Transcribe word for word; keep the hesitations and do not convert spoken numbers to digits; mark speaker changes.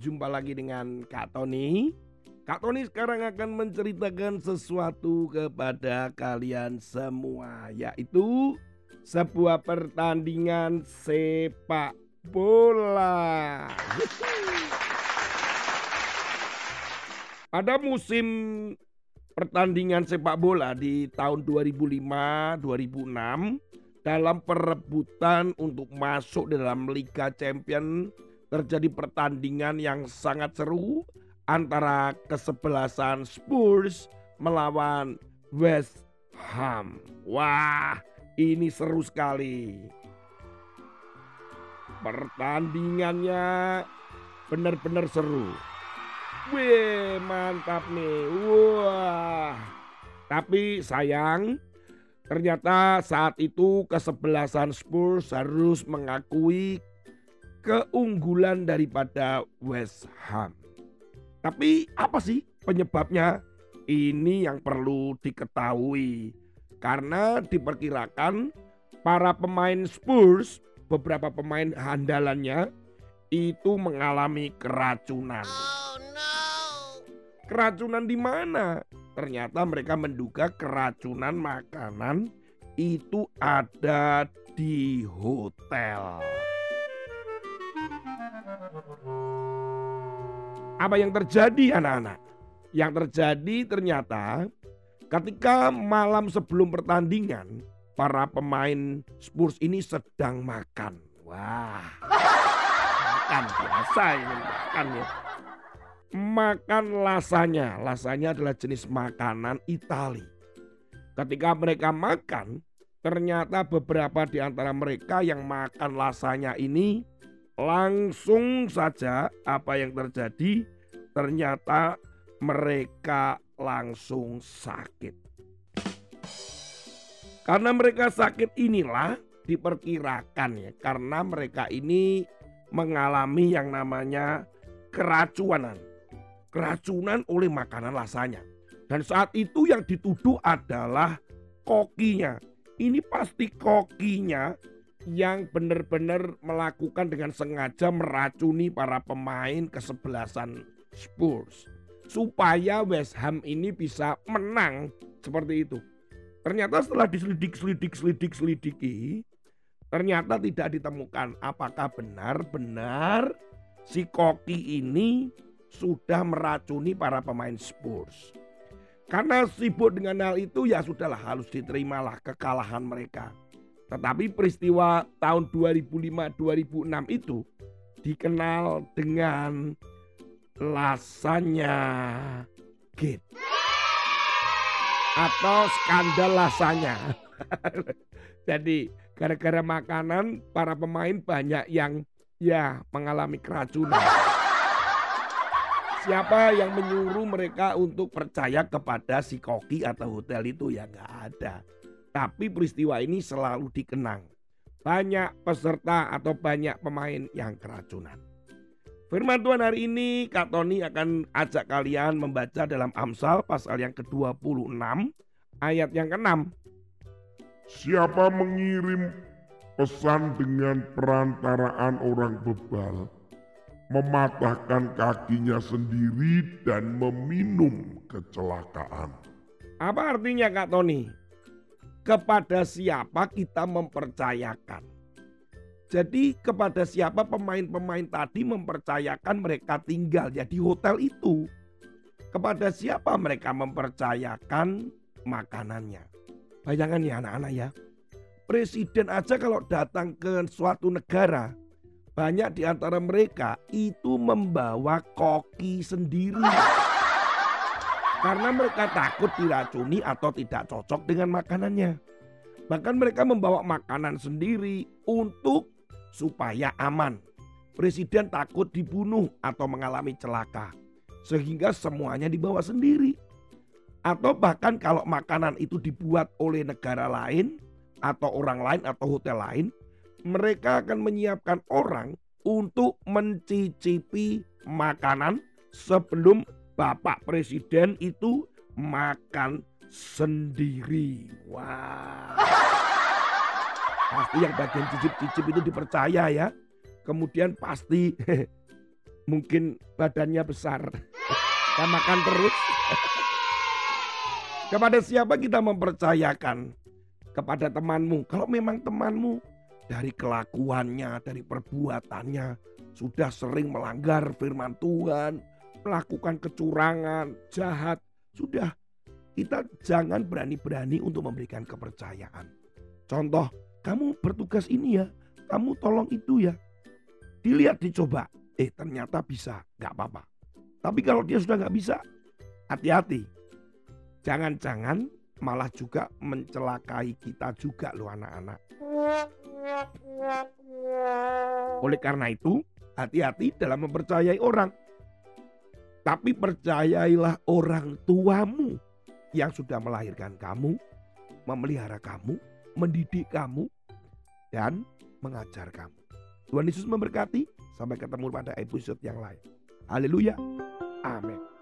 Speaker 1: jumpa lagi dengan Kak Tony. Kak Tony sekarang akan menceritakan sesuatu kepada kalian semua, yaitu sebuah pertandingan sepak bola. Pada musim pertandingan sepak bola di tahun dua ribu lima dua ribu enam, dalam perebutan untuk masuk dalam Liga Champions, terjadi pertandingan yang sangat seru antara kesebelasan Spurs melawan West Ham. Wah, ini seru sekali. Pertandingannya benar-benar seru. Wih, mantap nih. Wah. Tapi sayang, ternyata saat itu kesebelasan Spurs harus mengakui keunggulan daripada West Ham. Tapi apa sih penyebabnya? Ini yang perlu diketahui. Karena diperkirakan para pemain Spurs, beberapa pemain andalannya itu mengalami keracunan.
Speaker 2: Oh no.
Speaker 1: Keracunan di mana? Ternyata mereka menduga keracunan makanan itu ada di hotel. Apa yang terjadi anak-anak? Yang terjadi ternyata ketika malam sebelum pertandingan, para pemain Spurs ini sedang makan. Wah, makan biasa ini makan ya. Makan lasanya. Lasanya adalah jenis makanan Itali. Ketika mereka makan, ternyata beberapa di antara mereka yang makan lasanya ini langsung saja apa yang terjadi, ternyata mereka langsung sakit. Karena mereka sakit inilah diperkirakan ya, karena mereka ini mengalami yang namanya keracunan. Keracunan oleh makanan lasanya. Dan saat itu yang dituduh adalah kokinya. Ini pasti kokinya yang benar-benar melakukan dengan sengaja meracuni para pemain kesebelasan Spurs. Supaya West Ham ini bisa menang seperti itu. Ternyata setelah diselidik-selidik-selidik-selidiki, ternyata tidak ditemukan apakah benar-benar si koki ini sudah meracuni para pemain Spurs. Karena sibuk dengan hal itu ya sudahlah, harus diterimalah kekalahan mereka. Tetapi peristiwa tahun dua ribu lima dua ribu enam itu dikenal dengan lasanya gate atau skandal lasanya. Jadi gara-gara makanan para pemain banyak yang ya mengalami keracunan. Siapa yang menyuruh mereka untuk percaya kepada si koki atau hotel itu ya nggak ada. Tapi peristiwa ini selalu dikenang. Banyak peserta atau banyak pemain yang keracunan. Firman Tuhan hari ini Kak Tony akan ajak kalian membaca dalam Amsal pasal yang ke dua puluh enam ayat yang keenam.
Speaker 3: Siapa mengirim pesan dengan perantaraan orang bebal, mematahkan kakinya sendiri dan meminum kecelakaan.
Speaker 1: Apa artinya Kak Tony? Kepada siapa kita mempercayakan. Jadi kepada siapa pemain-pemain tadi mempercayakan mereka tinggal ya di hotel itu. Kepada siapa mereka mempercayakan makanannya. Bayangkan ya anak-anak ya. Presiden aja kalau datang ke suatu negara, banyak di antara mereka itu membawa koki sendiri. Karena mereka takut diracuni atau tidak cocok dengan makanannya. Bahkan mereka membawa makanan sendiri untuk supaya aman. Presiden takut dibunuh atau mengalami celaka. Sehingga semuanya dibawa sendiri. Atau bahkan kalau makanan itu dibuat oleh negara lain atau orang lain atau hotel lain, mereka akan menyiapkan orang untuk mencicipi makanan sebelum Bapak Presiden itu makan sendiri. Wah. Pasti yang bagian cicip-cicip itu dipercaya ya. Kemudian pasti mungkin badannya besar. Kita makan terus. Kepada siapa kita mempercayakan? Kepada temanmu. Kalau memang temanmu dari kelakuannya, dari perbuatannya sudah sering melanggar firman Tuhan, melakukan kecurangan, jahat, sudah kita jangan berani-berani untuk memberikan kepercayaan. Contoh, kamu bertugas ini ya, kamu tolong itu ya. Dilihat, dicoba, eh ternyata bisa, gak apa-apa. Tapi kalau dia sudah gak bisa, hati-hati. Jangan-jangan malah juga mencelakai kita juga loh anak-anak. Oleh karena itu, hati-hati dalam mempercayai orang. Tapi percayailah orang tuamu yang sudah melahirkan kamu, memelihara kamu, mendidik kamu, dan mengajar kamu. Tuhan Yesus memberkati. Sampai ketemu pada episode yang lain. Haleluya. Amin.